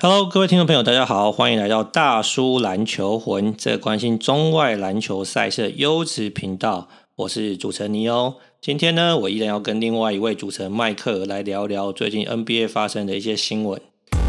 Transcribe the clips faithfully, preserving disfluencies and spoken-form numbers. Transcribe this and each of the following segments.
Hello， 各位听众朋友，大家好，欢迎来到大叔篮球魂，这个关心中外篮球赛事的优质频道。我是主持人尼欧。今天呢，我依然要跟另外一位主持人麦克来聊聊最近 N B A 发生的一些新闻。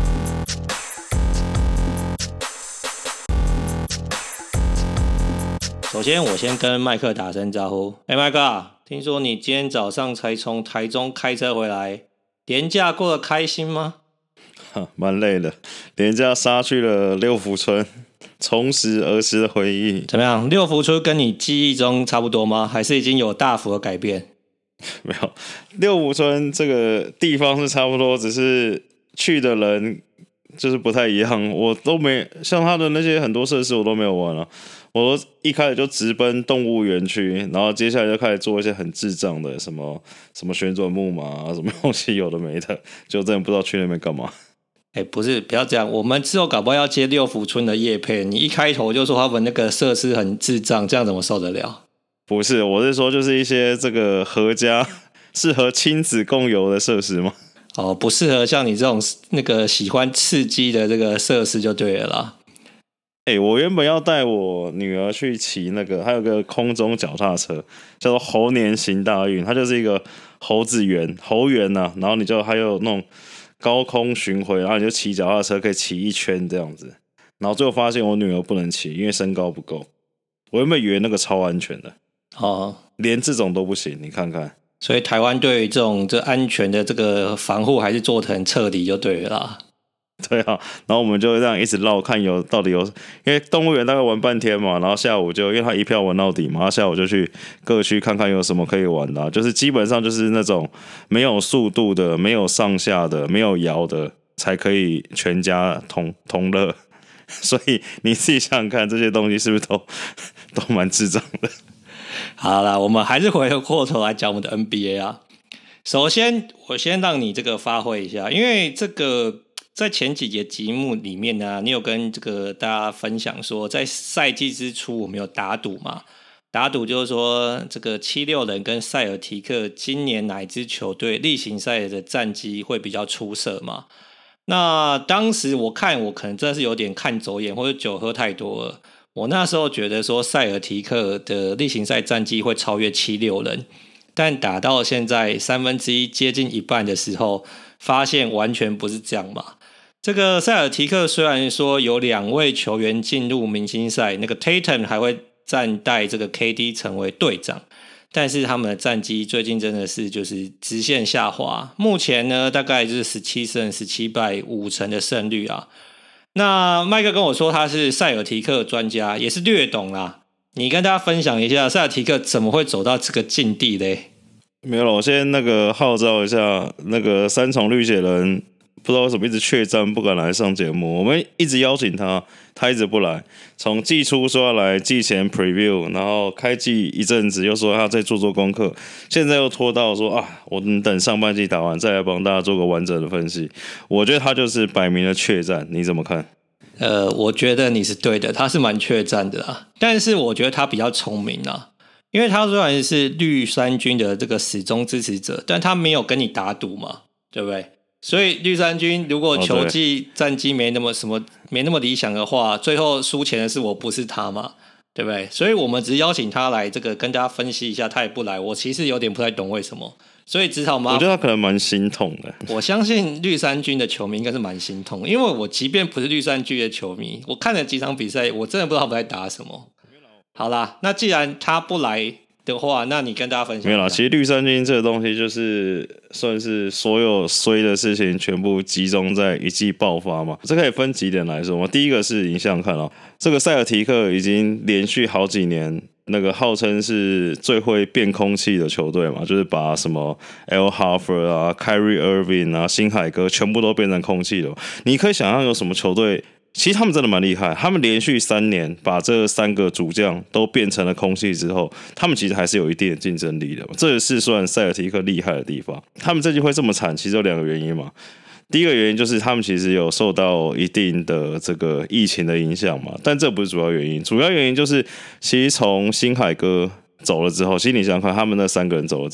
首先，我先跟麦克打声招呼。哎，麦克啊，听说你今天早上才从台中开车回来，连假过得开心吗？ 蛮累的，连假杀去了六福村，重拾儿时的回忆。 怎么样？六福村跟你记忆中差不多吗？还是已经有大幅的改变？ 没有，六福村这个地方是差不多，只是去的人就是不太一样。我都没像他的那些很多设施我都没有玩啊，我都一开始就直奔动物园区，然后接下来就开始做一些很智障的什么什么旋转木马啊，什么东西有的没的，就真的不知道去那边干嘛。 哎、欸，不是，不要这样。我们之后搞不好要接六福村的业配，你一开头就说他们那个设施很智障，这样怎么受得了？ 不是，我是说就是一些这个合家适合亲子共游的设施吗？ 哦，不适合像你这种那个喜欢刺激的这个设施就对了啦。 哎、欸，我原本要带我女儿去骑那个，还有个空中脚踏车，叫做猴年行大运，它就是一个猴子园，猴园呐、啊，然后你就还有那种高空巡回，然后你就骑脚踏车可以骑一圈这样子，然后最后发现我女儿不能骑，因为身高不够。我原本以为那个超安全的， 哦， 连这种都不行，你看看。 所以台湾对于这种这安全的这个防护还是做得很彻底就对了啦。 对啊，然后我们就这样一直绕，看有到底有，因为动物园大概玩半天嘛，然后下午就因为他一票玩到底嘛，然后下午就去各区看看有什么可以玩的、啊，就是基本上就是那种没有速度的、没有上下的、没有摇的，才可以全家同同乐。所以你自己想想看，这些东西是不是都都蛮智障的？ 好啦，我们还是回过头来讲我们的 N B A 啊。首先，我先让你这个发挥一下，因为这个。在前几节节目里面呢，你有跟这个大家分享说，在赛季之初我们有打赌嘛？打赌就是说，这个七六人跟塞尔提克今年哪一支球队例行赛的战绩会比较出色嘛？那当时我看我可能真的是有点看走眼，或者酒喝太多了。我那时候觉得说塞尔提克的例行赛战绩会超越七六人，但打到现在三分之一接近一半的时候，发现完全不是这样嘛。这个塞尔提克虽然说有两位球员进入明星赛，那个 Tatum 还会暂代这个 K D 成为队长，但是他们的战绩最近真的是就是直线下滑。目前呢，大概就是十七胜十七败五成的胜率啊。那麦克跟我说他是塞尔提克专家，也是略懂啦。你跟大家分享一下塞尔提克怎么会走到这个境地嘞？ 没有了，我先那个号召一下那个三重绿血人。不知道为什么一直怯战不敢来上节目，我们一直邀请他，他一直不来。从季初说要来，季前 preview， 然后开季一阵子又说他再做做功课，现在又拖到说啊，我们等上半季打完再来帮大家做个完整的分析。我觉得他就是摆明了怯战，你怎么看？ 呃，我觉得你是对的，他是蛮怯战的啦，但是我觉得他比较聪明啦，因为他虽然是绿衫军的这个始终支持者，但他没有跟你打赌嘛，对不对？所以绿衫军如果球季战绩没那么什么没那么理想的话，最后输钱的是我不是他嘛，对不对？所以我们只是邀请他来这个跟大家分析一下，他也不来，我其实有点不太懂为什么，所以只好嘛。 我觉得他可能蛮心痛的。 我相信绿衫军的球迷应该是蛮心痛的，因为我即便不是绿衫军的球迷，我看了几场比赛，我真的不知道他们在打什么。好啦，那既然他不来的话，那你跟大家分享一下。 没有啦，其实绿衫军这个东西就是算是所有衰的事情全部集中在一季爆发嘛。这可以分几点来说嘛。第一个是你想想看哦，这个塞尔提克已经连续好几年那个号称是最会变空气的球队嘛，就是把什么 Al Horford 啊、Kyrie Irving 啊、星海哥全部都变成空气了。你可以想象有什么球队？其实他们真的蛮厉害，他们连续三年把这三个主将都变成了空气之后，他们其实还是有一定的竞争力的。这也是算塞尔提克厉害的地方。他们这季会这么惨，其实有两个原因嘛。第一个原因就是他们其实有受到一定的这个疫情的影响嘛，但这不是主要原因。主要原因就是，其实从星海哥走了之后，其实你想想看，他们那三个人走了之后，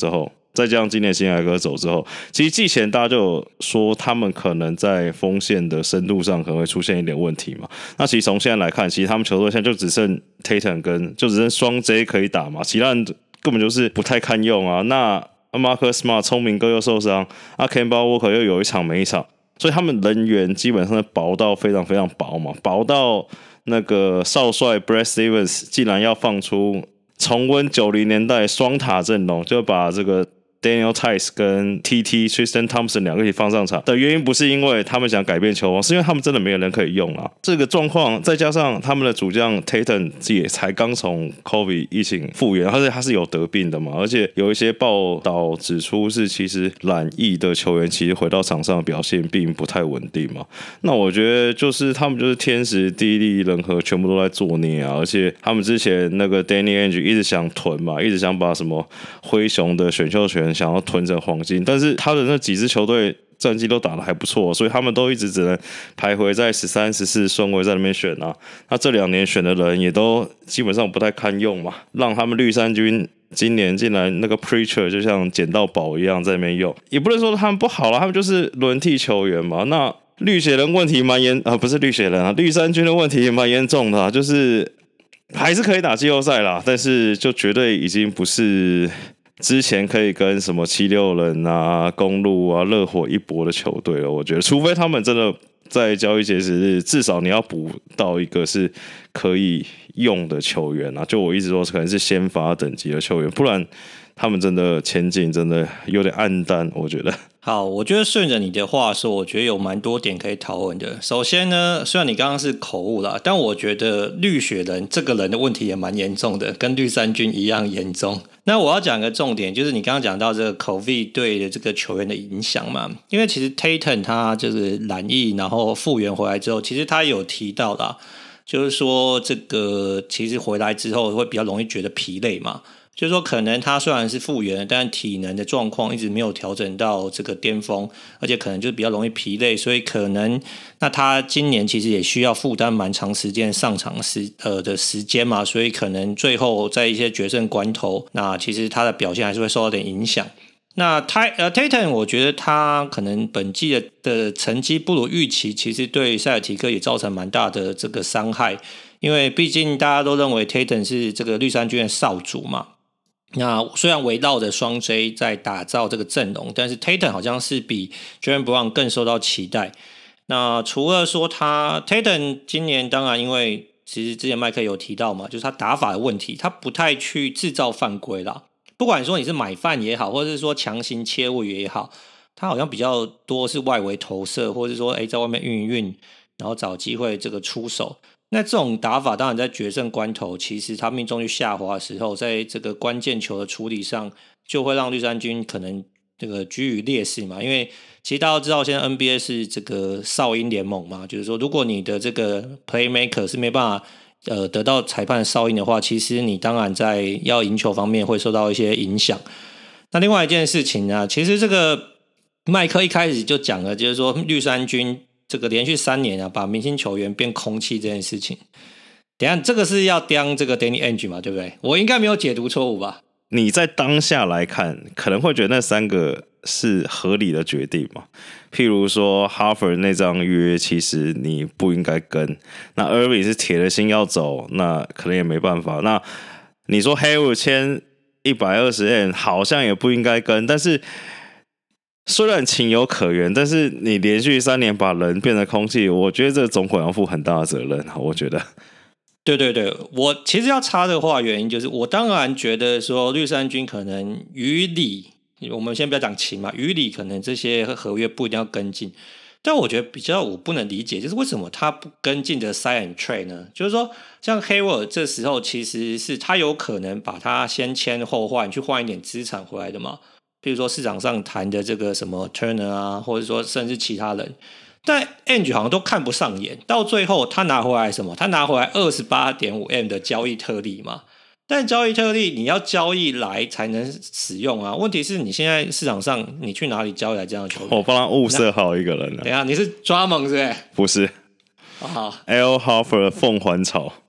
再加上今年辛莱哥走之后，其实季前大家就有说他们可能在锋线的深度上可能会出现一点问题嘛。那其实从现在来看，其实他们球队现在就只剩 Tatum 跟就只剩双 J 可以打嘛，其他人根本就是不太堪用啊。那 Marcus Smart 聪明哥又受伤，啊 Kemba Walker 又有一场没一场，所以他们人员基本上是薄到非常非常薄嘛，薄到那个少帅 Brad Stevens 竟然要放出重温九零年代双塔阵容，就把这个Daniel Tice 跟 T T Tristan Thompson 两个一起放上场的原因，不是因为他们想改变球风，是因为他们真的没有人可以用啊。这个状况再加上他们的主将 Tatum 也才刚从 COVID 疫情复原，而且他是有得病的嘛，而且有一些报道指出是其实染疫的球员其实回到场上的表现并不太稳定嘛。那我觉得就是他们就是天时地利人和全部都在作孽啊，而且他们之前那个 Danny Ainge 一直想囤嘛，一直想把什么灰熊的选秀权想要囤成黄金，但是他的那几支球队战绩都打得还不错，所以他们都一直只能徘徊在十三、十四顺位在那边选啊。那这两年选的人也都基本上不太堪用嘛，让他们绿衫军今年竟然那个 Preacher 就像捡到宝一样在那边用，也不能说他们不好啦，他们就是轮替球员嘛。那绿血人问题蛮严啊，不是绿血人啊，绿衫军的问题也蛮严重的啊，就是还是可以打季后赛啦，但是就绝对已经不是之前可以跟什么七六人啊、公鹿啊、热火一搏的球队了。我觉得，除非他们真的在交易截止日，至少你要补到一个是可以用的球员啊。就我一直说，可能是先发等级的球员，不然他们真的前景真的有点暗淡，我觉得。 好，我觉得顺着你的话说，我觉得有蛮多点可以讨论的。首先呢，虽然你刚刚是口误啦，但我觉得绿血人这个人的问题也蛮严重的，跟绿衫军一样严重。那我要讲一个重点，就是你刚刚讲到这个 COVID 对的这个球员的影响嘛，因为其实 Tatum 他就是染疫，然后复原回来之后，其实他有提到啦，就是说这个其实回来之后会比较容易觉得疲累嘛。就是说，可能他虽然是复原，但体能的状况一直没有调整到这个巅峰，而且可能就比较容易疲累，所以可能那他今年其实也需要负担蛮长时间上场时呃的时间嘛，所以可能最后在一些决胜关头，那其实他的表现还是会受到点影响。那他呃 Tatum 我觉得他可能本季的的成绩不如预期，其实对塞尔提克也造成蛮大的这个伤害，因为毕竟大家都认为 Tatum 是这个绿衫军的少主嘛。那虽然围绕着双 J 在打造这个阵容，但是 Tatum 好像是比 Jaylen Brown 更受到期待。那除了说他 Tatum 今年当然因为其实之前麦克有提到嘛，就是他打法的问题，他不太去制造犯规啦。不管说你是买饭也好，或者是说强行切入也好，他好像比较多是外围投射，或者是说哎在外面运一运，然后找机会这个出手。那这种打法当然在决胜关头，其实他命中率下滑的时候，在这个关键球的处理上，就会让绿衫军可能这个居于劣势嘛。因为其实大家都知道，现在 N B A 是这个哨音联盟嘛，就是说，如果你的这个 playmaker 是没办法呃得到裁判哨音的话，其实你当然在要赢球方面会受到一些影响。那另外一件事情呢，其实这个麦克一开始就讲了，就是说绿衫军这个连续三年啊，把明星球员变空气这件事情，等一下这个是要刁这个 Danny Ainge 嘛，对不对？我应该没有解读错误吧？ 你在当下来看，可能会觉得那三个是合理的决定嘛？譬如说 Harvard 那张约，其实你不应该跟。那 Irving 是铁了心要走，那可能也没办法。那你说 Hayward 签一百二十 M， 好像也不应该跟，但是。虽然情有可原，但是你连续三年把人变成空气，我觉得这总管要负很大的责任。我觉得， 对对对，我其实要插的话，原因就是我当然觉得说绿衫军可能于理，我们先不要讲情嘛，于理可能这些合约不一定要跟进，但我觉得比较我不能理解，就是为什么他不跟进的 sign and trade 呢？就是说，像 Hayward 这时候其实是他有可能把他先签后换，去换一点资产回来的嘛。比如说市场上谈的这个什么 Turner 啊，或者说甚至其他人，但 Ainge 好像都看不上眼。到最后他拿回来什么？他拿回来 二十八点五 M 的交易特例嘛。但交易特例你要交易来才能使用啊。问题是你现在市场上你去哪里交易来这样的球员？ 我帮他物色好一个人了。 等一下，你是抓猛是不是？ 不是。 好 Al Horford 凤凰草。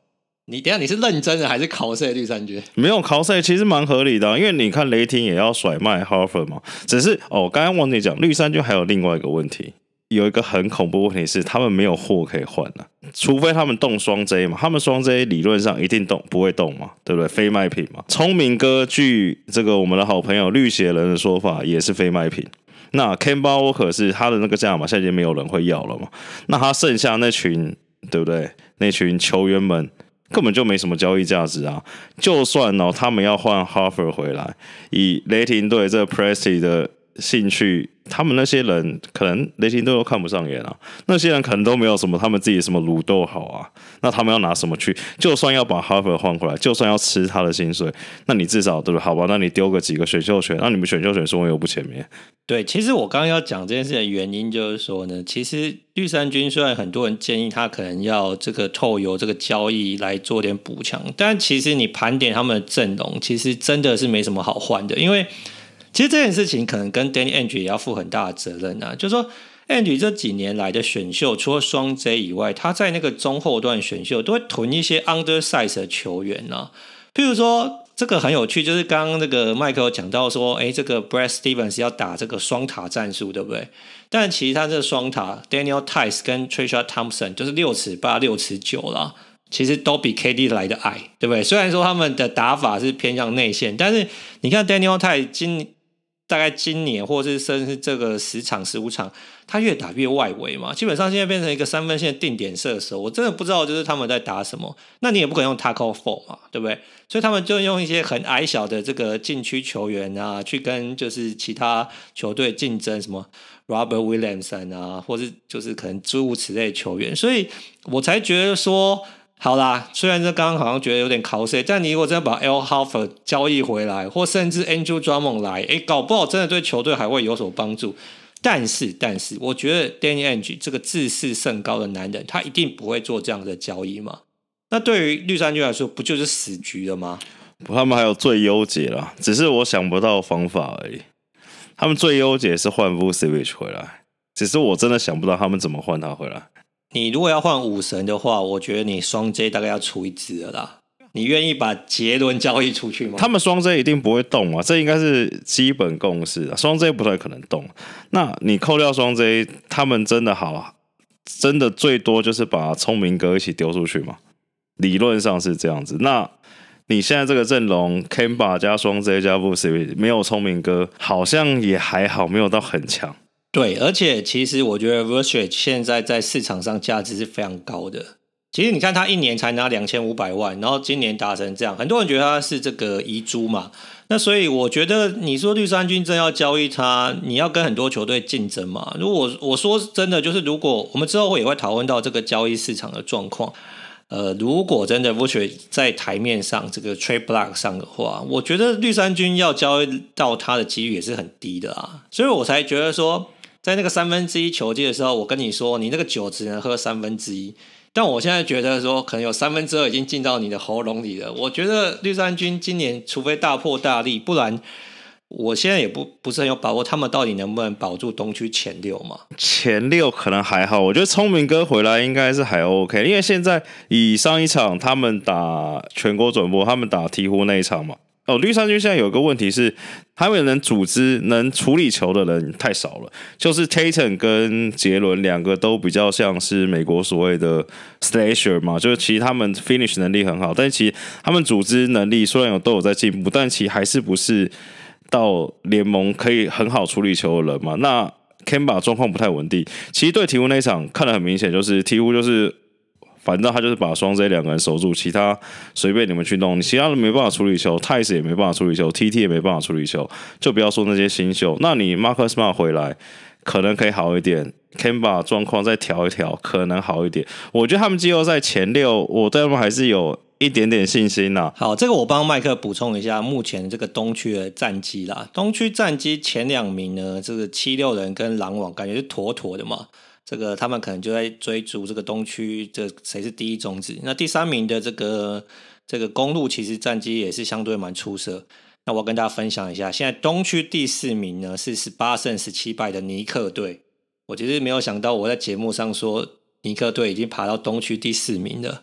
你等一下你是认真的还是考试绿衫军？ 没有考试其实蛮合理的、啊，因为你看雷霆也要甩卖 Harper 嘛，只是哦，刚刚忘记讲绿衫军还有另外一个问题，有一个很恐怖问题是他们没有货可以换啊，除非他们动双 J 嘛，他们双 J 理论上一定动不会动嘛，对不对？非卖品嘛。聪明哥据这个我们的好朋友绿血人的说法也是非卖品。那 Kemba Walker 是他的那个价码，现在已经没有人会要了嘛？那他剩下那群，对不对？那群球员们根本就没什么交易价值啊！就算哦，他们要换 Harper 回来，以雷霆队这 Presti 的兴趣，他们那些人可能雷霆队都看不上眼啊。那些人可能都没有什么他们自己什么卤豆好啊，那他们要拿什么去？就算要把 Harper 换回来，就算要吃他的薪水，那你至少对不对？好吧，那你丢个几个选秀权，那你们选秀权顺位又不前面。 对，其实我刚刚要讲这件事的原因就是说呢，其实绿衫军虽然很多人建议他可能要这个透由这个交易来做点补强，但其实你盘点他们的阵容，其实真的是没什么好换的，因为其实这件事情可能跟 Danny Ainge 也要负很大的责任啊，就是说 Ainge 这几年来的选秀，除了双 J 以外，他在那个中后段选秀都会囤一些 undersize 的球员啊，譬如说。这个很有趣，就是刚刚那个麦克有讲到说，哎，这个 Brad Stevens 要打这个双塔战术，对不对？但其实他这个双塔 Daniel Tice 跟 Trisha Thompson 就是六尺八、六尺九啦，其实都比 K D 来的矮，对不对？虽然说他们的打法是偏向内线，但是你看 Daniel Tice 今大概今年或是甚至这个十场十五场，他越打越外围嘛，基本上现在变成一个三分线定点射手，我真的不知道就是他们在打什么。那你也不可能用 Taco Fall 嘛，对不对？所以他们就用一些很矮小的这个禁区球员啊，去跟就是其他球队竞争，什么 Robert Williamson 啊，或是就是可能诸如此类的球员，所以我才觉得说。好啦，虽然这刚刚好像觉得有点考试，但你如果真的把 Al Horford 交易回来，或甚至 Andrew Drummond 来，诶，搞不好真的对球队还会有所帮助。但是，但是，我觉得 Danny Ainge 这个自视甚高的男人，他一定不会做这样的交易嘛。那对于绿衫军来说，不就是死局了吗？ 他们还有最优解啦，只是我想不到方法而已。他们最优解是换 Vucevic 回来，只是我真的想不到他们怎么换他回来。 你如果要换武神的话，我觉得你双 J 大概要出一支了啦。你愿意把杰伦交易出去吗？ 他们双 J 一定不会动嘛，这应该是基本共识啊。双 J 不太可能动。那你扣掉双 J， 他们真的好，真的最多就是把聪明哥一起丢出去嘛？理论上是这样子。那你现在这个阵容 ，Kemba 加双 J 加 Vucevic， 没有聪明哥，好像也还好，没有到很强。 对，而且其实我觉得 Vucevic 现在在市场上价值是非常高的。其实你看他一年才拿两千五百万，然后今年打成这样，很多人觉得他是这个遗珠嘛。那所以我觉得你说绿衫军真要交易他，你要跟很多球队竞争嘛。如果我说真的，就是如果我们之后也会讨论到这个交易市场的状况。呃，如果真的 Vucevic 在台面上这个 trade block 上的话，我觉得绿衫军要交易到他的几率也是很低的啊。所以我才觉得说，在那个三分之一球季的时候，我跟你说，你那个酒只能喝三分之一。但我现在觉得说，可能有三分之二已经进到你的喉咙里了。我觉得绿衫军今年除非大破大立，不然我现在也不不是很有把握，他们到底能不能保住东区前六嘛？ 前六可能还好，我觉得聪明哥回来应该是还 OK， 因为现在以上一场他们打全国转播，他们打鹈鹕那一场嘛。哦，绿衫军现在有个问题是，他们能组织、能处理球的人太少了。就是 Tatum 跟杰伦两个都比较像是美国所谓的 slasher 嘛，就是其实他们 finish 能力很好，但是其实他们组织能力虽然有都有在进步，但其实还是不是到联盟可以很好处理球的人嘛。那 Kemba 状况不太稳定，其实对鹈鹕那一场看得很明显，就是鹈鹕就是。反正他就是把双 J 两个人守住，其他随便你们去弄，你其他人没办法处理球 ，Tice 也没办法处理球 ，T T 也没办法处理球，就不要说那些新秀。那你 Marcus Smart 回来可能可以好一点 ，Kemba 状况再调一调，可能好一点。我觉得他们季后赛前六，我对他们还是有一点点信心啦。 好，这个我帮麦克补充一下，目前这个东区的战绩啦，东区战绩前两名呢，这个七六人跟篮网感觉是妥妥的嘛。这个他们可能就在追逐这个东区这谁是第一种子。那第三名的这个这个公路其实战绩也是相对蛮出色。那我要跟大家分享一下，现在东区第四名呢是十八胜十七败的尼克队。我其实没有想到我在节目上说尼克队已经爬到东区第四名了。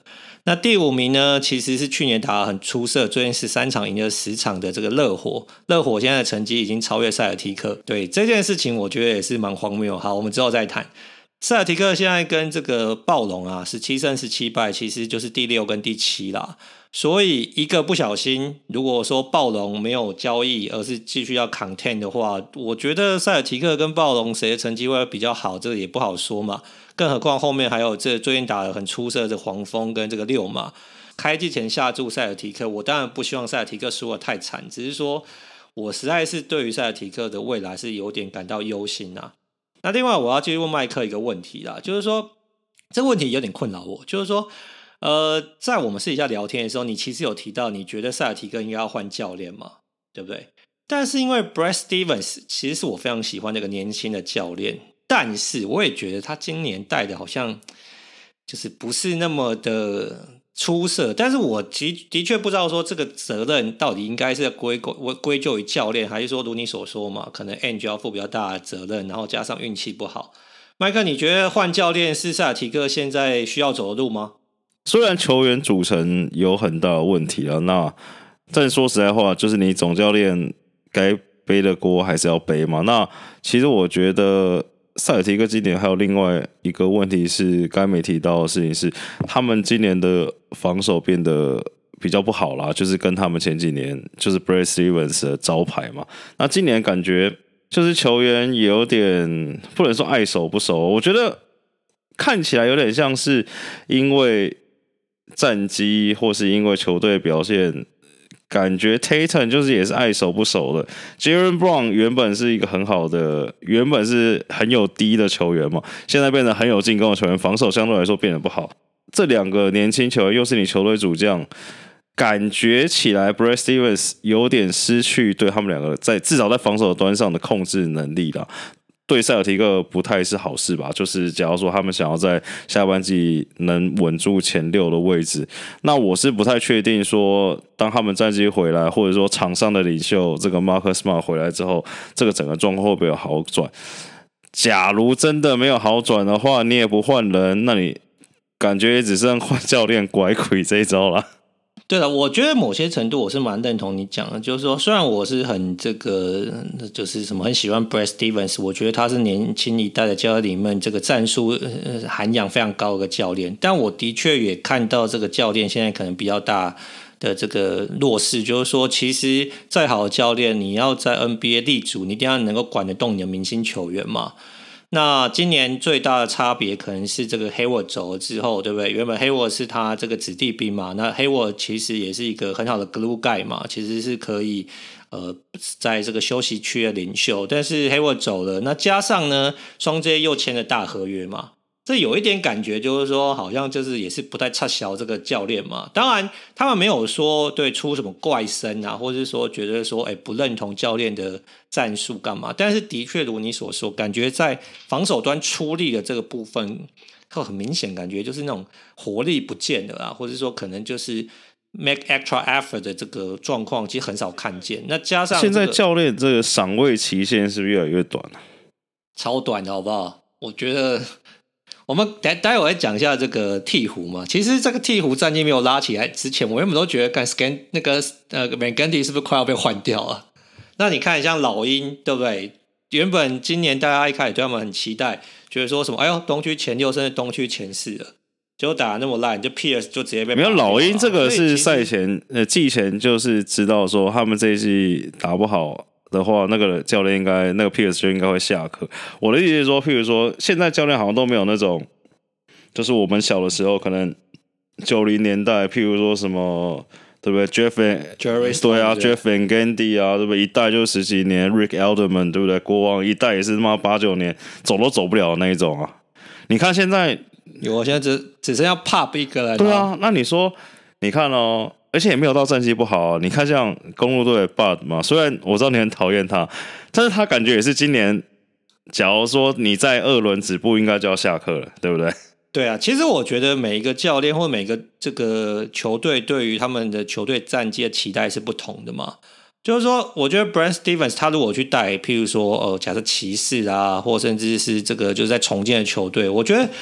那第五名呢，其实是去年打得很出色，最近十三场赢了十场的这个热火。热火现在的成绩已经超越塞尔提克，对这件事情我觉得也是蛮荒谬。好，我们之后再谈。塞尔提克现在跟这个暴龙啊，十七胜十七败，其实就是第六跟第七啦。所以一个不小心，如果说暴龙没有交易，而是继续要 contain 的话，我觉得塞尔提克跟暴龙谁的成绩会比较好，这个也不好说嘛。更何况后面还有这最近打得很出色的黄蜂跟这个六马。开季前下注塞尔提克，我当然不希望塞尔提克输得太惨，只是说我实在是对于塞尔提克的未来是有点感到忧心啊。那另外我要继续问麦克一个问题啦，就是说这个问题有点困扰我，就是说呃，在我们私底下聊天的时候，你其实有提到你觉得塞尔提克应该要换教练嘛，对不对？但是因为 Brad Stevens 其实是我非常喜欢这个年轻的教练，但是我也觉得他今年带的好像就是不是那么的出色，但是我的的确不知道说这个责任到底应该是归归咎于教练，还是说如你所说嘛，可能 Ainge 要负比较大的责任，然后加上运气不好。麦克，你觉得换教练是塞尔提克现在需要走的路吗？ 虽然球员组成有很大的问题啊，那但说实在话，就是你总教练该背的锅还是要背嘛。那其实我觉得塞尔提克今年还有另外一个问题是，刚才没提到的事情是，他们今年的防守变得比较不好啦，就是跟他们前几年就是 Brad Stevens 的招牌嘛。那今年感觉就是球员也有点不能说爱守不守，我觉得看起来有点像是因为战绩或是因为球队表现，感觉 Tatum 就是也是爱守不守的。Jaylen Brown 原本是一个很好的，原本是很有低的球员嘛，现在变得很有进攻的球员，防守相对来说变得不好。这两个年轻球员又是你球队主将，感觉起来 Brad Stevens 有点失去对他们两个在至少在防守端上的控制能力啦。对塞尔提克不太是好事吧，就是假如说他们想要在下半季能稳住前六的位置，那我是不太确定说当他们战绩回来，或者说场上的领袖这个 Marcus Smart 回来之后，这个整个状况会不会有好转。假如真的没有好转的话，你也不换人，那你感觉也只剩换教练拐鬼这一招啦。 对了，我觉得某些程度我是蛮认同你讲的，就是说，虽然我是很这个，就是什么很喜欢 Brad Stevens， 我觉得他是年轻一代的教练里面这个战术、呃、涵养非常高的一个教练，但我的确也看到这个教练现在可能比较大的这个弱势，就是说，其实再好的教练，你要在 N B A 立足，你一定要能够管得动你的明星球员嘛。那今年最大的差别可能是这个 Hayward 走了之后，对不对？原本 Hayward 是他这个子弟兵嘛，那 Hayward 其实也是一个很好的 glue guy 嘛，其实是可以呃在这个休息区的领袖，但是 Hayward 走了，那加上呢双 J 又签了大合约嘛，这有一点感觉就是说好像就是也是不太插小这个教练嘛。当然他们没有说对出什么怪声啊，或者是说觉得说哎不认同教练的战术干嘛，但是的确如你所说，感觉在防守端出力的这个部分很明显感觉就是那种活力不见了啊，或者说可能就是 make extra effort 的这个状况其实很少看见。那加上、这个、 现在教练这个赏味期限是不是越来越短了？ 超短的好不好？我觉得我们待待会再讲一下这个鹈鹕嘛。其实这个鹈鹕战绩没有拉起来之前，我原本都觉得干 Scan 那个呃 Van-Gundy 是不是快要被换掉了？那你看像老鹰对不对？原本今年大家一开始对他们很期待，觉得说什么哎呦东区前六甚至东区前四了，结果打得那么烂，就 Pierce 就直接被没有。老鹰这个是赛前呃季前就是知道说他们这一季打不好的话，那个教练应该那个 Pierce 就应该会下课。我的意思是说，譬如说现在教练好像都没有那种，就是我们小的时候可能九零年代，譬如说什么。对不对 ？Jeff Van 对啊 ，Jeff Van-Gundy 啊，对不对？一代就十几年 ，Rick Alderman 对不对？国王一代也是他妈八九年，走都走不了的那一种啊！你看现在有，我现在只只剩下 Pop 一个了。 对啊，那你说，你看哦，而且也没有到战绩不好、啊。你看像公路队的 Bud 嘛，虽然我知道你很讨厌他，但是他感觉也是今年，假如说你在二轮止步，应该就要下课了，对不对？ 对啊，其实我觉得每一个教练或每个这个球队对于他们的球队战绩的期待是不同的嘛。就是说，我觉得 Brad Stevens 他如果去带，譬如说呃，假设骑士啊，或甚至是这个就是在重建的球队，我觉得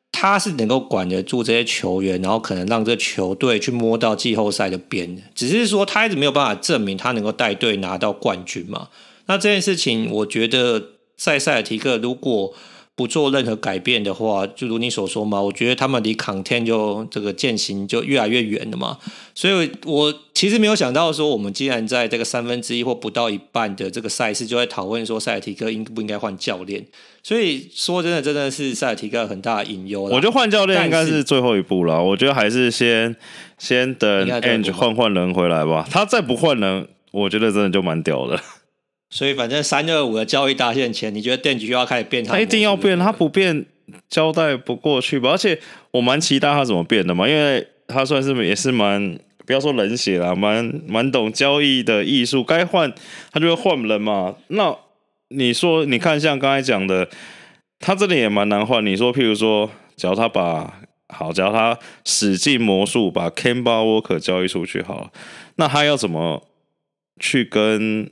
他是能够管得住这些球员，然后可能让这球队去摸到季后赛的边的，只是说他一直没有办法证明他能够带队拿到冠军嘛。那这件事情我觉得在塞尔提克如果不做任何改变的话，就如你所说嘛，我觉得他们离 content 就这个践行就越来越远了嘛。所以我其实没有想到说，我们既然在这个三分之一或不到一半的这个赛事就在讨论说塞尔提克应不应该换教练。所以说真的真的是塞尔提克很大的隐忧啦。 我觉得换教练应该是最后一步啦，我觉得还是先先等 Ainge 换换人回来吧。他再不换人，我觉得真的就蛮屌的。 所以反正三二五的交易大限前，你觉得 Ainge 又要开始变他？ 他一定要变，他不变交代不过去吧。而且我蛮期待他怎么变的嘛，因为他算是也是蛮不要说冷血啦，蛮蛮懂交易的艺术，该换他就会换人嘛。那你说你看像刚才讲的，他真的也蛮难换。你说譬如说，只要他把好，只要他使尽魔术把 Kemba Walker 交易出去好了，那他要怎么去跟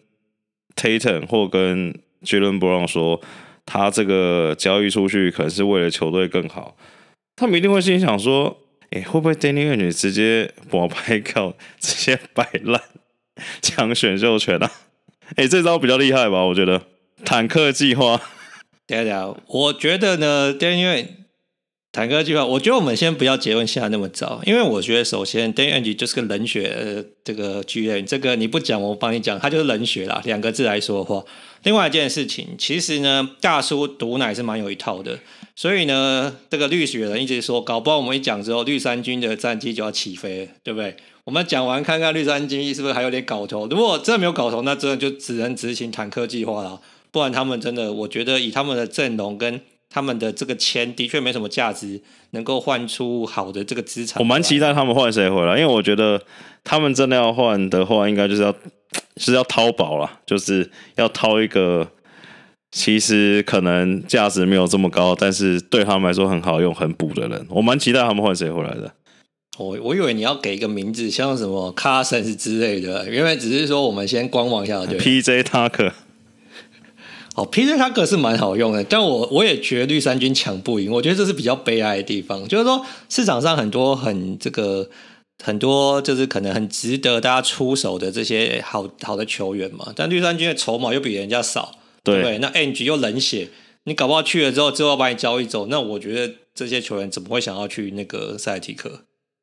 Tatum 或跟 Jaylen Brown 说他这个交易出去可能是为了球队更好，他们一定会心想说，欸，会不会 Danny Ainge 直接博拍靠，直接摆烂抢选秀权啊？欸，这招比较厉害吧？我觉得坦克计划。 对对，我觉得呢 Danny Ainge 坦克计划，我觉得我们先不要结论下那么早，因为我觉得首先 Danny Ainge 就是个冷血呃这个 G M， 这个你不讲我帮你讲，他就是冷血啦，两个字来说的话。另外一件事情，其实呢大叔毒奶是蛮有一套的，所以呢这个绿血人一直说，搞不好我们一讲之后绿衫军的战绩就要起飞了，对不对？我们讲完看看绿衫军是不是还有点搞头，如果真的没有搞头，那真的就只能执行坦克计划啦，不然他们真的我觉得以他们的阵容跟他们的这个钱的确没什么价值，能够换出好的这个资产。 我蛮期待他们换谁回来，因为我觉得他们真的要换的话，应该就是要就是要掏宝啦，就是要掏一个其实可能价值没有这么高，但是对他们来说很好用、很补的人。我蛮期待他们换谁回来的。 我我以为你要给一个名字，像什么 Cousins 之类的，因为只是说我们先观望一下，对 P J Tucker。 哦 ，P J Tucker 是蛮好用的，但我我也觉得绿衫军抢不赢，我觉得这是比较悲哀的地方，就是说市场上很多很这个很多就是可能很值得大家出手的这些好好的球员嘛，但绿衫军的筹码又比人家少， 对, 对不对？那 Ainge 又冷血，你搞不好去了之后，之后把你交易走，那我觉得这些球员怎么会想要去那个塞尔提克？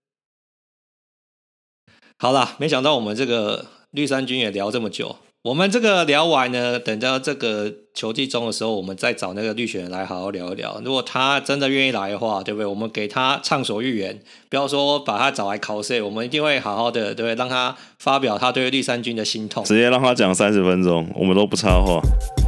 好啦，没想到我们这个绿衫军也聊这么久。我们这个聊完呢，等到这个球季中的时候，我们再找那个绿血人来好好聊一聊。如果他真的愿意来的话，对不对？我们给他畅所欲言，不要说把他找来考试，我们一定会好好的，对不对？让他发表他对绿衫军的心痛， 直接让他讲三十分钟，我们都不插话。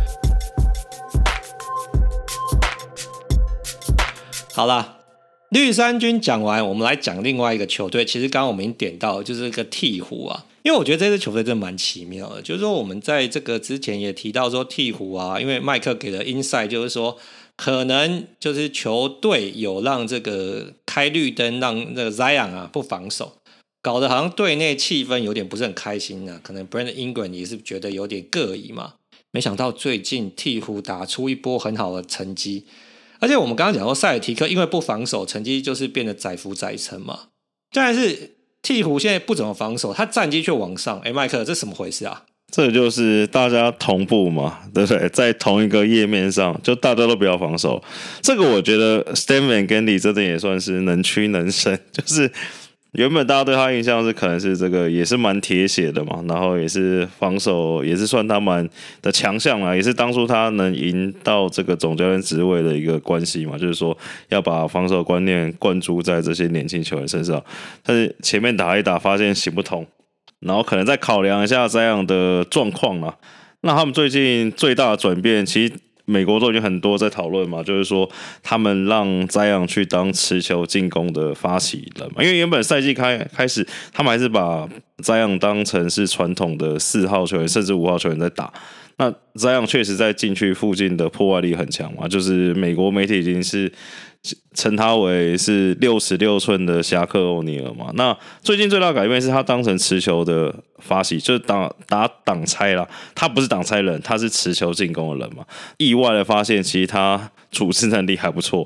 好啦，绿衫军讲完，我们来讲另外一个球队。其实刚刚我们已经点到，就是个鹈鹕啊。因为我觉得这支球队真的蛮奇妙的，就是说我们在这个之前也提到说鹈鹕啊，因为麦克给的 insight 就是说可能就是球队有让这个开绿灯，让这个 Zion 啊不防守，搞得好像队内气氛有点不是很开心啊，可能 Brandon Ingram 也是觉得有点膈应嘛。没想到最近鹈鹕打出一波很好的成绩，而且我们刚刚讲说塞尔提克因为不防守，成绩就是变得载浮载沉嘛，但是鹈鹕现在不怎么防守，他战绩却往上。哎，麦克，这怎么回事啊？ 这就是大家同步嘛，对不对？在同一个页面上，就大家都不要防守。这个我觉得 Stan Van Gundy 真的也算是能屈能伸，就是原本大家对他印象是可能是这个也是蛮铁血的嘛，然后也是防守也是算他蛮的强项啦，也是当初他能赢到这个总教练职位的一个关系嘛，就是说要把防守观念灌注在这些年轻球员身上。但是前面打一打发现行不通，然后可能再考量一下这样的状况啦。那他们最近最大的转变，其实美国都已经很多在讨论嘛，就是说他们让Zion去当持球进攻的发起人嘛，因为原本赛季开开始，他们还是把Zion当成是传统的四号球员甚至五号球员在打。那Zion确实在禁区附近的破坏力很强嘛，就是美国媒体已经是称他为是六尺六寸的侠客欧尼尔嘛。那最近最大的改变是他当成持球的发起，就是打打挡拆啦，他不是挡拆人，他是持球进攻的人嘛。意外的发现，其实他组织能力还不错。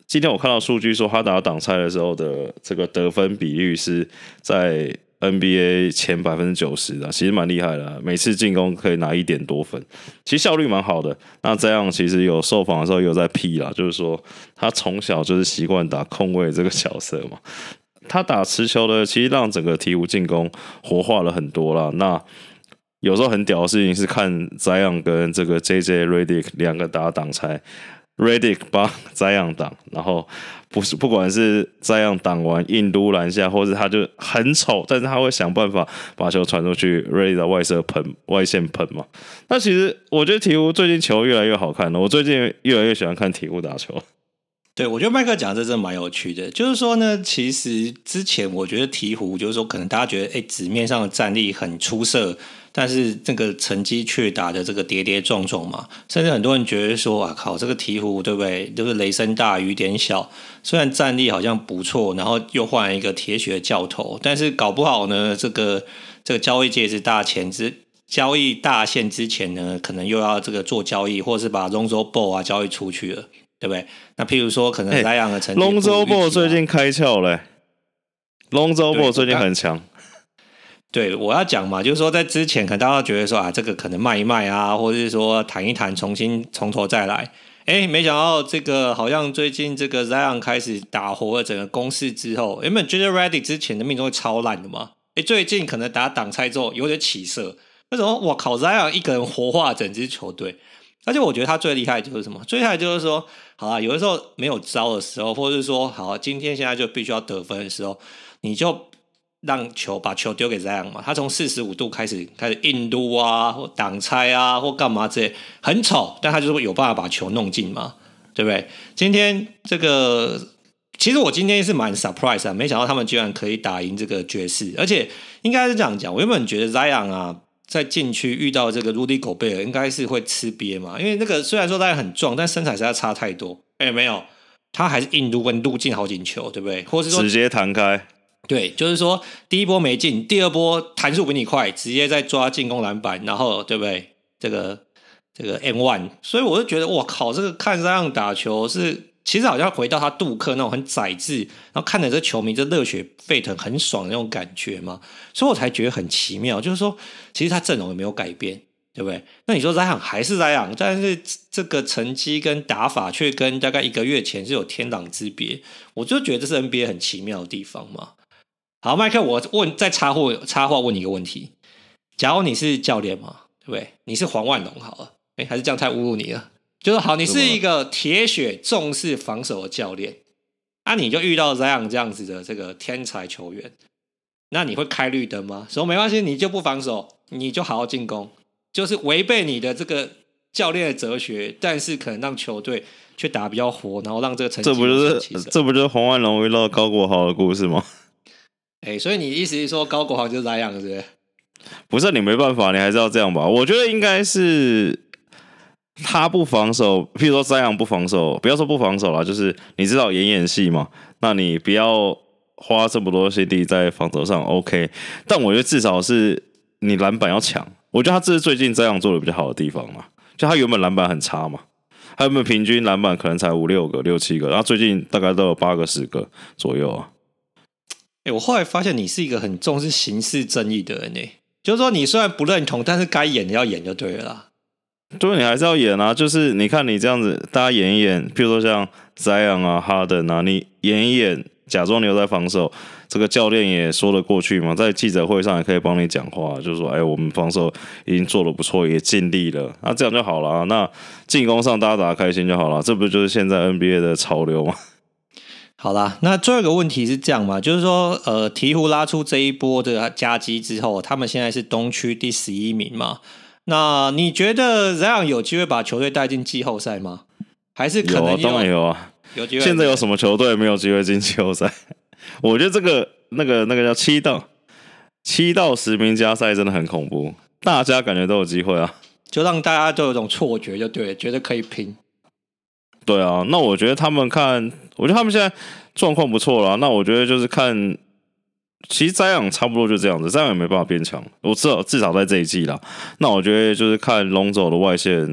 今天我看到数据说他打挡拆的时候的这个得分比率是在 N B A 前 百分之九十 的，其实蛮厉害的，每次进攻可以拿一点多分，其实效率蛮好的。那这样其实有受访的时候有在批啦，就是说他从小就是习惯打控卫这个角色嘛，他打持球的，其实让整个鹈鹕进攻活化了很多啦。那有时候很屌的事情是看 Zion 跟这个 J J Redick 两个打挡拆。Redick 帮 Zion 挡，然后不是不管是 Zion 挡完硬撸篮下，或是他就很丑，但是他会想办法把球传出去 ，Redick 的外射喷外线喷嘛。那其实我觉得鹈鹕最近球越来越好看了，我最近越来越喜欢看鹈鹕打球。 对，我觉得麦克讲这真的蛮有趣的，就是说呢，其实之前我觉得鹈鹕就是说，可能大家觉得哎，纸面上的战力很出色。但是这个成绩却打的这个跌跌撞撞嘛，甚至很多人觉得说啊靠，这个鹈鹕对不对？就是雷声大雨点小，虽然战力好像不错，然后又换了一个铁血教头，但是搞不好呢，这个这个交易截止大前之交易大限之前呢，可能又要这个做交易，或者是把 Lonzo Ball 啊交易出去了，对不对？那譬如说可能莱昂的成绩、啊欸、 ，Lonzo Ball 最近开窍了、欸、，Lonzo Ball 最近很强。 对，我要讲嘛，就是说在之前可能大家觉得说啊，这个可能卖一卖啊，或者是说谈一谈，重新从头再来。哎，没想到这个好像最近这个 Zion 开始打活了整个攻势之后，原本 J J Redick 之前的命中会超烂的嘛，哎，最近可能打挡拆之后有点起色。为什么？哇靠 ，Zion 一个人活化整支球队。而且我觉得他最厉害就是什么？最厉害就是说，好啊，有的时候没有招的时候，或者是说，好，今天现在就必须要得分的时候，你就让球把球丢给 Zion 嘛，他从四十五度开始开始硬撸啊，或挡拆啊，或干嘛之类，很丑，但他就是有办法把球弄进嘛，对不对？今天这个，其实我今天是蛮 surprise 啊，没想到他们居然可以打赢这个爵士，而且应该是这样讲，我原本觉得 Zion 啊，在禁区遇到这个 Rudy Gobert 应该是会吃瘪嘛，因为那个虽然说他很壮，但身材实在差太多，哎，没有，他还是硬撸跟撸进好几球，对不对？或是说直接弹开。 对，就是说第一波没进，第二波弹速比你快，直接在抓进攻篮板，然后对不对？这个这个 M 一， 所以我就觉得哇靠，这个看这样打球是，其实好像回到他杜克那种很宰制，然后看着这球迷这热血沸腾、很爽的那种感觉嘛，所以我才觉得很奇妙，就是说其实他阵容也没有改变，对不对？那你说 Zion 还是 Zion， 但是这个成绩跟打法却跟大概一个月前是有天壤之别，我就觉得这是 N B A 很奇妙的地方嘛。好，麦克，我问再插话插话问你一个问题：假如你是教练嘛，对不对？你是黄万龙好了，哎，还是这样太侮辱你了？就是好，你是一个铁血重视防守的教练，啊，你就遇到这样这样子的这个天才球员，那你会开绿灯吗？说没关系，你就不防守，你就好好进攻，就是违背你的这个教练的哲学，但是可能让球队却打比较活，然后让这个成绩这不就是这不就是黄万龙遇到高国豪的故事吗？ 欸、所以你意思是说高国豪就是这样，是不是？ 不是，你没办法，你还是要这样吧。我觉得应该是他不防守，譬如说这样不防守，不要说不防守啦，就是你知道演演戏嘛，那你不要花这么多心力在防守上 ，OK。但我觉得至少是你篮板要强，我觉得他这是最近这样做的比较好的地方嘛。就他原本篮板很差嘛，他原本平均篮板可能才五六个、六七个，然后最近大概都有八个、十个左右啊。 欸、我后来发现你是一个很重视刑事正义的人呢、欸，就是说你虽然不认同，但是该演的要演就对了啦。 对，你还是要演啊，就是你看你这样子，大家演一演，譬如说像 Zion 啊、哈登啊，你演一演，假装你有在防守，这个教练也说得过去嘛，在记者会上也可以帮你讲话，就是说，哎，我们防守已经做得不错，也尽力了，那这样就好了啊。那进攻上大家打得开心就好了，这不就是现在 N B A 的潮流吗？ 好啦，那最后一个问题是这样嘛，就是说，呃，鹈鹕拉出这一波的夹击之后，他们现在是东区第十一名嘛？那你觉得 Zion 有机会把球队带进季后赛吗？还是可能有？ 有啊，当然有啊。 有机会。 现在有什么球队没有机会进季后赛？我觉得这个那个那个叫七到七到十名加赛真的很恐怖，大家感觉都有机会啊， 就让大家都有种错觉，就对了，觉得可以拼。 对啊，那我觉得他们看，我觉得他们现在状况不错啦。那我觉得就是看，其实Zion差不多就这样子，Zion也没办法变强。我至少至少在这一季啦。那我觉得就是看Lonzo的外线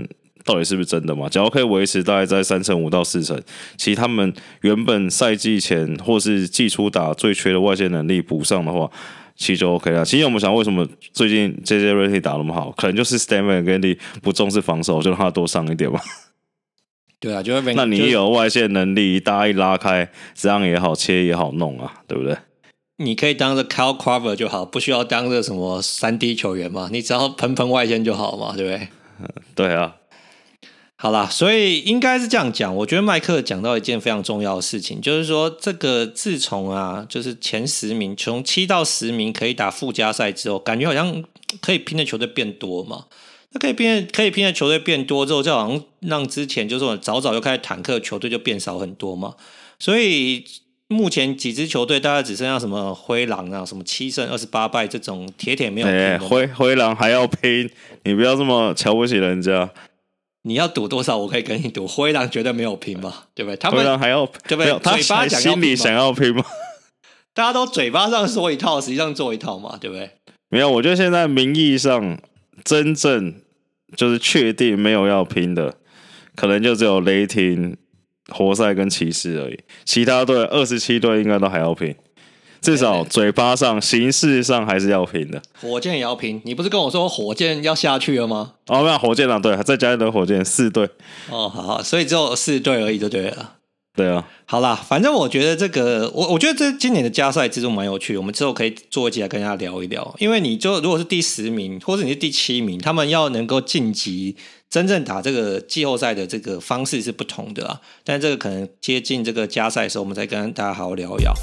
到底是不是真的嘛？假如可以维持大概在三成五到四成，其实他们原本赛季前或是季初打最缺的外线能力补上的话，其实就 OK 了。其实我们想，为什么最近 J J Redick 打那么好？可能就是 Stan Van Gundy 不重视防守，就让他多上一点嘛。 对啊，就会那你有外线能力，大家一拉开，这样也好切也好弄啊，对不对？ 你可以当着 Kyle Korver 就好，不需要当着什么三 D 球员嘛，你只要喷喷外线就好嘛，对不对？ 嗯、对啊。 好啦，所以应该是这样讲。我觉得麦克讲到一件非常重要的事情，就是说这个自从啊，就是前十名从七到十名可以打附加赛之后，感觉好像可以拼的球队变多嘛。那可以拼可以拼的球队变多之后，就好像让之前就是说早早就开始坦克的球队就变少很多嘛。所以目前几支球队大概只剩下什么灰狼啊，什么七胜二十八败这种铁铁没有拼的、欸、 灰灰狼还要拼，你不要这么瞧不起人家。 你要赌多少？我可以跟你赌，灰狼绝对没有拼嘛，对不对？他们灰狼还要对不对？ 他嘴巴讲心里想要拼吗？ 大家都嘴巴上说一套，实际上做一套嘛，对不对？ 没有，我觉得现在名义上真正就是确定没有要拼的，可能就只有雷霆、活塞跟骑士而已，其他队二十七队应该都还要拼。至少嘴巴上、形式上还是要拼的。 火箭也要拼，你不是跟我说火箭要下去了吗？ 哦，没有火箭啊，对，再加一轮火箭，四队。 哦，好，所以只有四队而已就对了。 对啊， 好啦，反正我觉得这个，我我觉得这今年的加赛制度蛮有趣的，我们之后可以做一集来跟大家聊一聊。因为你就如果是第十名，或者你是第七名，他们要能够晋级，真正打这个季后赛的这个方式是不同的啊。但这个可能接近这个加赛的时候，我们再跟大家好好聊一聊。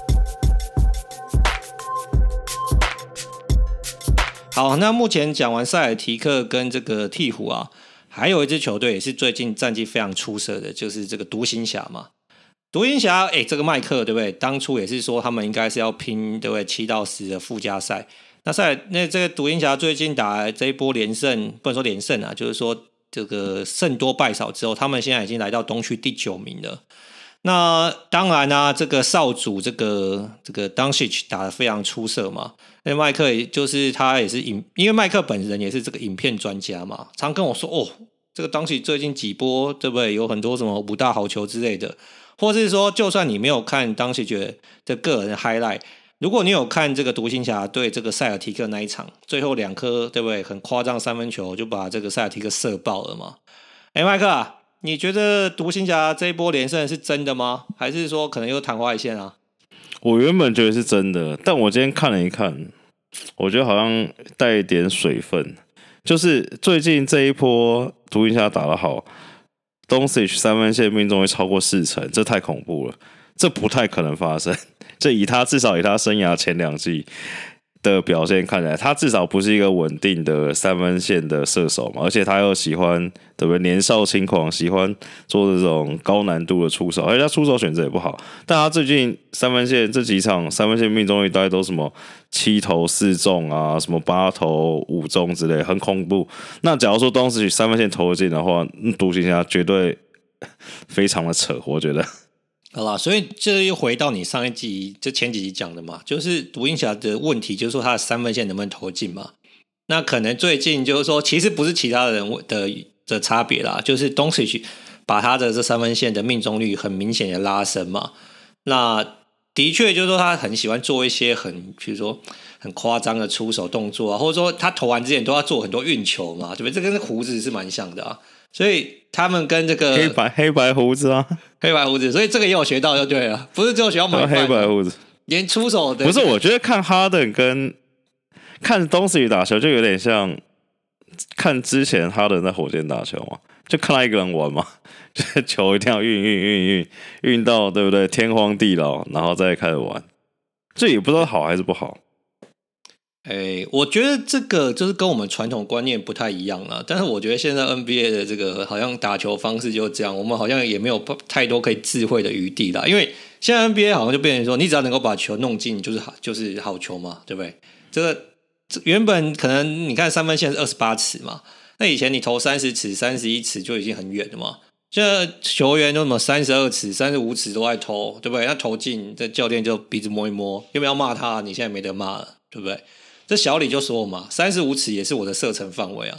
好，那目前讲完塞尔提克跟这个鹈鹕啊，还有一支球队也是最近战绩非常出色的，就是这个独行侠嘛。独行侠，哎，这个麦克对不对？当初也是说他们应该是要拼对不对七到十的附加赛。那赛那这个独行侠最近打这一波连胜，不能说连胜啊，就是说这个胜多败少之后，他们现在已经来到东区第九名了。那当然啊，这个少主这个这个 Doncic 打得非常出色嘛。那麦克也就是他也是影，因为麦克本人也是这个影片专家嘛，常跟我说哦，这个Doncic最近几波对不对？有很多什么五大好球之类的，或是说就算你没有看Doncic的个人 highlight， 如果你有看这个独行侠对这个塞尔提克那一场，最后两颗对不对？很夸张三分球就把这个塞尔提克射爆了嘛。哎，麦克啊，你觉得独行侠这一波连胜是真的吗？还是说可能又昙花一现啊？ 我原本觉得是真的，但我今天看了一看，我觉得好像带一点水分。就是最近这一波独行侠打得好 ，Doncic 三分线命中率超过四成，这太恐怖了，这不太可能发生。这以他至少以他生涯前两季的表现看起来，他至少不是一个稳定的三分线的射手嘛，而且他又喜欢对不对？年少轻狂，喜欢做这种高难度的出手，而且他出手选择也不好。但他最近三分线这几场三分线命中率大概都什么七投四中啊，什么八投五中之类，很恐怖。那假如说当时三分线投得进的话，独行侠绝对非常的扯，我觉得。 好啦，所以这又回到你上一集就前几集讲的嘛，就是独行侠的问题就是说他的三分线能不能投进嘛。那可能最近就是说其实不是其他人的的差别啦，就是 Doncic 把他的这三分线的命中率很明显的拉升嘛。那的确就是说他很喜欢做一些很比如说很夸张的出手动作啊，或者说他投完之前都要做很多运球嘛，对不对？这跟胡子是蛮像的啊。所以他们跟这个黑白黑白胡子啊， 黑白胡子，所以这个也有学到就对了，不是只有学到买饭， 黑白胡子， 连出手的不是。我觉得看哈登跟看东西打球就有点像看之前哈登在火箭打球嘛，就看他一个人玩嘛，就是球一定要运运运运运到对不对？天荒地老，然后再开始玩，这也不知道好还是不好。 欸，我觉得这个就是跟我们传统观念不太一样了，但是我觉得现在 N B A 的这个好像打球方式就这样，我们好像也没有太多可以智慧的余地啦。因为现在 N B A 好像就变成说，你只要能够把球弄进，就是好，就是好球嘛，对不对？这个原本可能你看三分线是二十八尺嘛，那以前你投三十尺、三十一尺就已经很远了嘛。现在球员都什么三十二尺、三十五尺都在投，对不对？那投进，这教练就鼻子摸一摸，要不要骂他？你现在没得骂了，对不对？这小李就说嘛，三十五尺也是我的射程范围啊。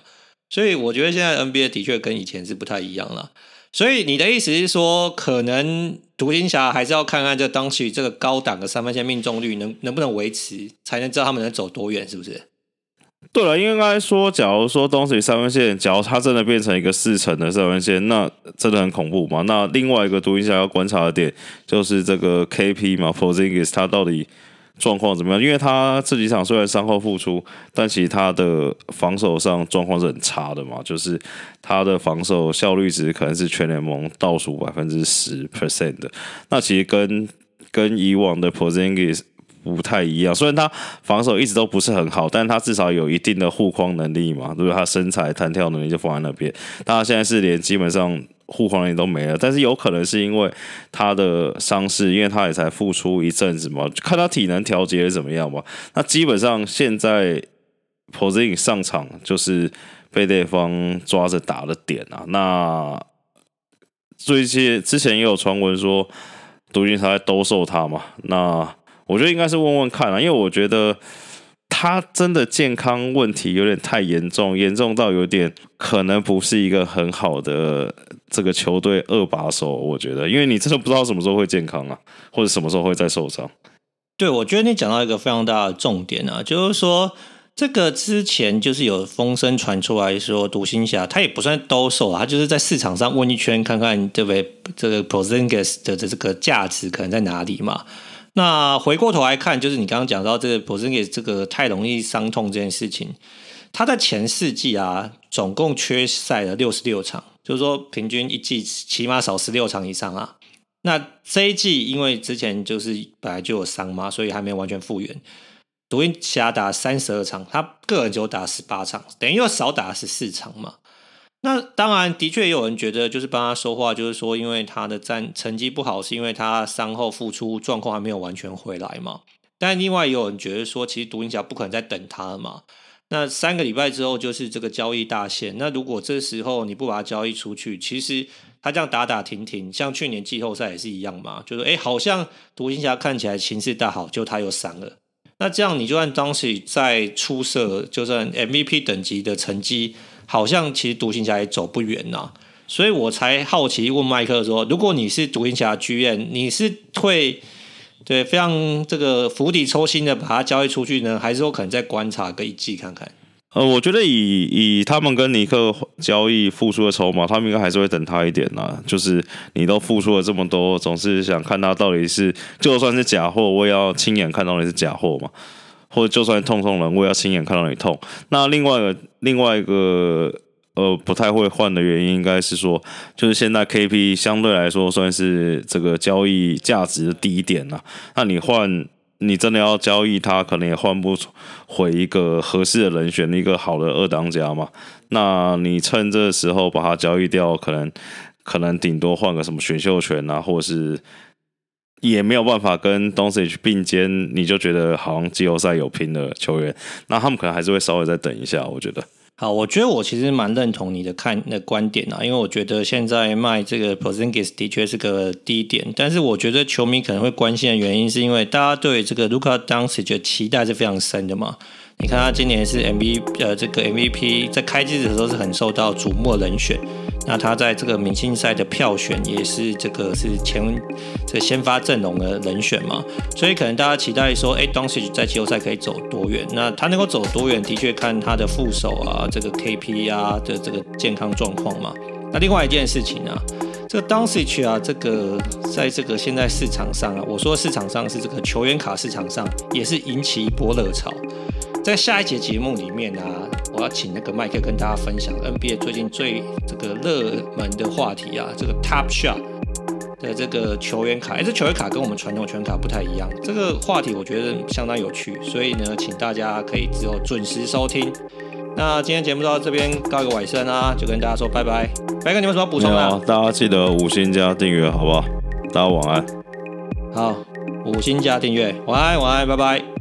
所以我觉得现在 N B A 的确跟以前是不太一样了。所以你的意思是说，可能独行侠还是要看看这当时这个高档的三分线命中率能能不能维持，才能知道他们能走多远，是不是？ 对了，应该说，假如说东西三分线，假如它真的变成一个四成的三分线，那真的很恐怖嘛。那另外一个独行侠要观察的点就是这个 K P 嘛 ，Porzingis 他到底状况怎么样？因为他这几场虽然伤后复出，但其实他的防守上状况是很差的嘛，就是他的防守效率值可能是全联盟倒数百分之十 percent 的。那其实跟跟以往的 Porzingis不太一样，虽然他防守一直都不是很好，但他至少有一定的护框能力嘛，对不对？他身材弹跳能力就放在那边。但他现在是连基本上护框能力都没了，但是有可能是因为他的伤势，因为他也才复出一阵子嘛，看他体能调节怎么样嘛。那基本上现在 Porzingis 上场就是被对方抓着打的点啊。那最近之前也有传闻说独行侠在兜售他嘛，那我觉得应该是问问看啊，因为我觉得他真的健康问题有点太严重，严重到有点可能不是一个很好的这个球队二把手。我觉得，因为你真的不知道什么时候会健康啊，或者什么时候会再受伤。 对，我觉得你讲到一个非常大的重点啊，就是说这个之前就是有风声传出来说，独行侠他也不算兜售啊，他就是在市场上问一圈，看看对不对，这个 Porzingis 的这个价值可能在哪里嘛。那回过头来看，就是你刚刚讲到这个 Porzingis 这个太容易伤痛这件事情，他在前四季啊，总共缺赛了六十六场，就是说平均一季起码少十六场以上啊。那这一季因为之前就是本来就有伤嘛，所以还没有完全复原。独行侠打三十二场，他个人只有打十八场，等于又少打十四场嘛。那当然，的确也有人觉得就是帮他说话，就是说，因为他的战成绩不好，是因为他伤后复出状况还没有完全回来嘛。但另外也有人觉得说，其实独行侠不可能再等他了嘛。那三个礼拜之后就是这个交易大限，那如果这时候你不把他交易出去，其实他这样打打停停，像去年季后赛也是一样嘛，就是哎，好像独行侠看起来情势大好，就他又伤了。那这样你就算当时在出色，就算 M V P 等级的成绩，好像其实独行侠也走不远呐、啊。所以我才好奇问麦克说，如果你是独行侠 G M， 你是会对非常这个釜底抽薪的把它交易出去呢，还是说可能再观察个一季看看？ 呃，我觉得以以他们跟尼克交易付出的筹码，他们应该还是会等他一点啦。就是你都付出了这么多，总是想看他到底是，就算是假货，我也要亲眼看到你是假货嘛。或者就算痛痛人，我也要亲眼看到你痛。那另外一个另外一个呃不太会换的原因，应该是说，就是现在 K P 相对来说算是这个交易价值的低点啦。那你换。你真的要交易他，可能也换不回一个合适的人选，一个好的二当家嘛。那你趁这时候把他交易掉，可能可能顶多换个什么选秀权啊，或者是也没有办法跟 Doncic 并肩，你就觉得好像季后赛有拼的球员，那他们可能还是会稍微再等一下，我觉得。 好，我觉得我其实蛮认同你的看的观点啊，因为我觉得现在卖这个 Porzingis 的确是个低点，但是我觉得球迷可能会关心的原因，是因为大家对这个 Luka Doncic 的期待是非常深的嘛。你看他今年是 M V 呃这个 M V P 在开季的时候是很受到瞩目的人选，那他在这个明星赛的票选也是这个是前这个先发阵容的人选嘛，所以可能大家期待说，哎 ，Doncic 在季后赛可以走多远？那他能够走多远，的确看他的副手啊，这个 K P 啊的这个健康状况嘛。那另外一件事情啊，这个 Doncic 啊，这个在这个现在市场上啊，我说市场上是这个球员卡市场上，也是引起一波热潮。在下一节节目里面啊，我要请那个麦克跟大家分享 N B A 最近最这个热门的话题啊，这个 Top Shot 的这个球员卡，哎，这球员卡跟我们传统球员卡不太一样，这个话题我觉得相当有趣，所以呢，请大家可以之后准时收听。那今天节目到这边告一个尾声啊，就跟大家说拜拜。白哥，你有什么补充的、啊？ 大家记得五星加订阅，好不好？大家晚安。 好，五星加订阅，晚安，晚安，拜拜。